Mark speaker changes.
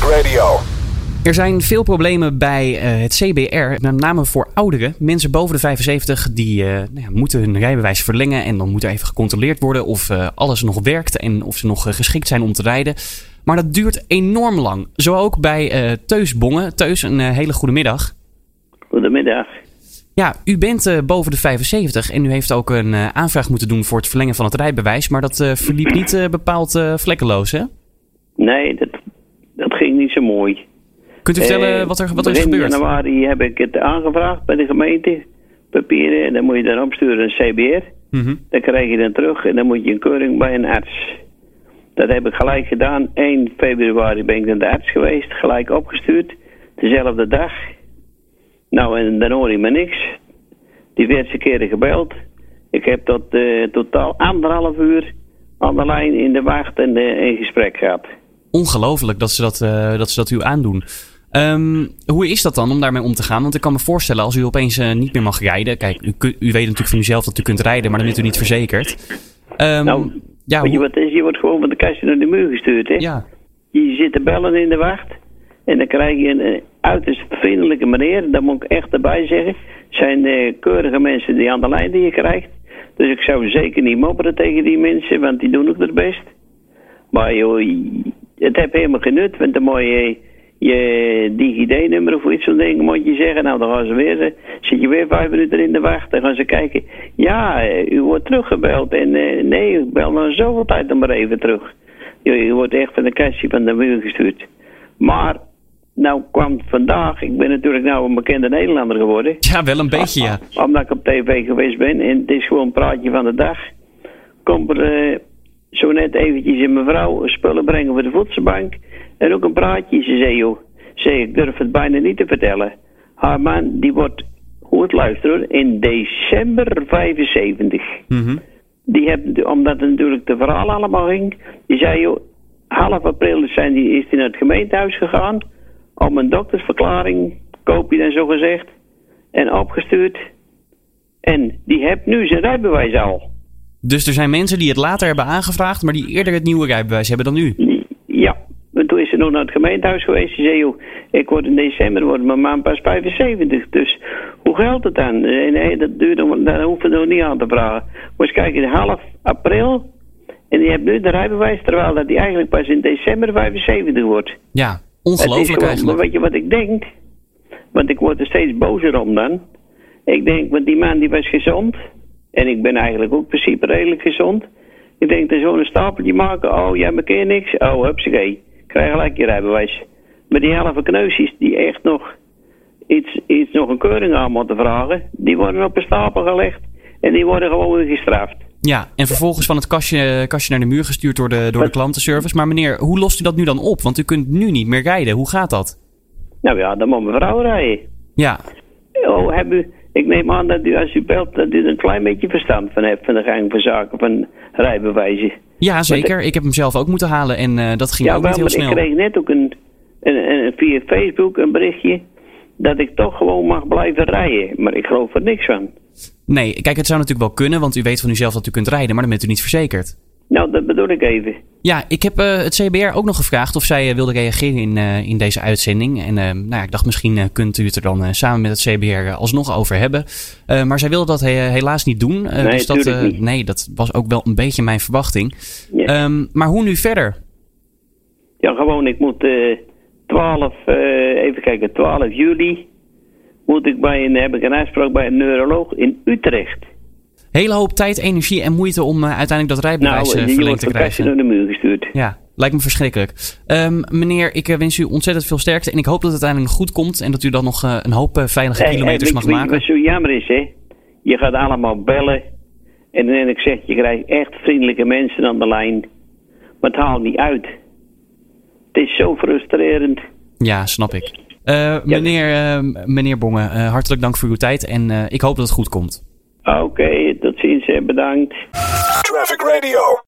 Speaker 1: Radio.
Speaker 2: Er zijn veel problemen bij het CBR, met name voor ouderen. Mensen boven de 75 die moeten hun rijbewijs verlengen. En dan moet er even gecontroleerd worden of alles nog werkt en of ze nog geschikt zijn om te rijden. Maar dat duurt enorm lang. Zo ook bij Teus Bongen. Teus, een hele goede middag.
Speaker 3: Goedemiddag.
Speaker 2: Ja, u bent boven de 75 en u heeft ook een aanvraag moeten doen voor het verlengen van het rijbewijs. Maar dat verliep niet bepaald vlekkeloos, hè?
Speaker 3: Nee, dat ging niet zo mooi.
Speaker 2: Kunt u vertellen wat er is gebeurd?
Speaker 3: In januari heb ik het aangevraagd bij de gemeente. Papieren, en dan moet je dan opsturen een CBR.
Speaker 2: Mm-hmm.
Speaker 3: Dan krijg je dan terug en dan moet je een keuring bij een arts. Dat heb ik gelijk gedaan. 1 februari ben ik naar de arts geweest. Gelijk opgestuurd. Dezelfde dag. Nou, en dan hoor je me niks. Diverse keren gebeld. Ik heb tot totaal 1,5 uur aan de lijn in de wacht en in gesprek gehad.
Speaker 2: Ongelooflijk dat ze dat u aandoen. Hoe is dat dan om daarmee om te gaan? Want ik kan me voorstellen als u opeens niet meer mag rijden. Kijk, u weet natuurlijk van uzelf dat u kunt rijden, maar dan bent u niet verzekerd.
Speaker 3: Weet je wat is? Je wordt gewoon van de kastje naar de muur gestuurd, hè?
Speaker 2: Ja.
Speaker 3: Je zit te bellen in de wacht. En dan krijg je een uiterst vriendelijke meneer. Dat moet ik echt erbij zeggen. Het zijn keurige mensen die aan de lijn die je krijgt. Dus ik zou zeker niet mopperen tegen die mensen, want die doen ook het best. Maar joh, het heeft helemaal geen nut, want dan moet je DigiD-nummer of iets zo'n ding moet je zeggen. Nou, dan gaan ze weer, zit je weer 5 minuten in de wacht. Dan gaan ze kijken, ja, u wordt teruggebeld. En nee, ik bel nou zoveel tijd dan maar even terug. Je wordt echt van de kastje van de muur gestuurd. Maar, nou kwam vandaag, ik ben natuurlijk nou een bekende Nederlander geworden.
Speaker 2: Ja, wel een beetje, ja.
Speaker 3: Omdat ik op tv geweest ben en het is gewoon een praatje van de dag. Komt er zo net eventjes een mevrouw spullen brengen voor de voedselbank. En ook een praatje. Ze zei, joh, ik durf het bijna niet te vertellen. Haar man, die wordt, goed luisteren, in december 75.
Speaker 2: Mm-hmm.
Speaker 3: Die heeft, omdat het natuurlijk de verhaal allemaal ging. Die zei, joh, half april is hij naar het gemeentehuis gegaan. Om een doktersverklaring, koop je dan zo gezegd. En opgestuurd. En die heeft nu zijn rijbewijs al.
Speaker 2: Dus er zijn mensen die het later hebben aangevraagd, maar die eerder het nieuwe rijbewijs hebben dan u?
Speaker 3: Ja, en toen is ze nog naar het gemeentehuis geweest. Ze zei, joh, ik word in december, mijn man pas 75. Dus hoe geldt het dan? Nee, dat duurt nog, daar hoeven we nog niet aan te vragen. Maar eens kijken, half april. En die heeft nu de rijbewijs, terwijl dat die eigenlijk pas in december 75 wordt.
Speaker 2: Ja, ongelooflijk
Speaker 3: gewoon,
Speaker 2: eigenlijk.
Speaker 3: Maar weet je wat ik denk? Want ik word er steeds bozer om dan. Ik denk, want die man die was gezond. En ik ben eigenlijk ook in principe redelijk gezond. Ik denk, er zo'n stapeltje maken. Oh, jij maakt niks. Oh, hupsakee. Krijg gelijk je rijbewijs. Maar die halve kneusjes die echt nog nog een keuring aan moeten vragen. Die worden op een stapel gelegd. En die worden gewoon weer gestraft.
Speaker 2: Ja, en vervolgens van het kastje naar de muur gestuurd door de klantenservice. Maar meneer, hoe lost u dat nu dan op? Want u kunt nu niet meer rijden. Hoe gaat dat?
Speaker 3: Nou ja, dan moet mijn vrouw rijden.
Speaker 2: Ja.
Speaker 3: Oh, ik neem aan dat u als u belt, dat u er een klein beetje verstand van hebt van de gang van zaken van rijbewijzen.
Speaker 2: Ja, zeker. Ik heb hem zelf ook moeten halen en dat ging ook niet heel snel.
Speaker 3: Ik kreeg net ook via Facebook een berichtje dat ik toch gewoon mag blijven rijden. Maar ik geloof er niks van.
Speaker 2: Nee, kijk, het zou natuurlijk wel kunnen, want u weet van uzelf dat u kunt rijden, maar dan bent u niet verzekerd.
Speaker 3: Nou, dat bedoel ik even.
Speaker 2: Ja, ik heb het CBR ook nog gevraagd of zij wilde reageren in deze uitzending. En ik dacht misschien kunt u het er dan samen met het CBR alsnog over hebben. Maar zij wilde dat helaas niet doen.
Speaker 3: Nee,
Speaker 2: dus dat was ook wel een beetje mijn verwachting.
Speaker 3: Ja.
Speaker 2: Maar hoe nu verder?
Speaker 3: Ja, gewoon, ik moet 12 juli heb ik een afspraak bij een neuroloog in Utrecht.
Speaker 2: Hele hoop tijd, energie en moeite om uiteindelijk dat rijbewijs verlengd te krijgen.
Speaker 3: Naar de muur gestuurd.
Speaker 2: Ja, lijkt me verschrikkelijk. Meneer, ik wens u ontzettend veel sterkte en ik hoop dat het uiteindelijk goed komt en dat u dan nog een hoop veilige kilometers mag maken.
Speaker 3: Wat zo jammer is, hè? Je gaat allemaal bellen en dan ik zeg, je krijgt echt vriendelijke mensen aan de lijn, maar het haalt niet uit. Het is zo frustrerend.
Speaker 2: Ja, snap ik. Meneer Bongen, hartelijk dank voor uw tijd en ik hoop dat het goed komt.
Speaker 3: Oké, tot ziens, bedankt.
Speaker 1: Traffic Radio.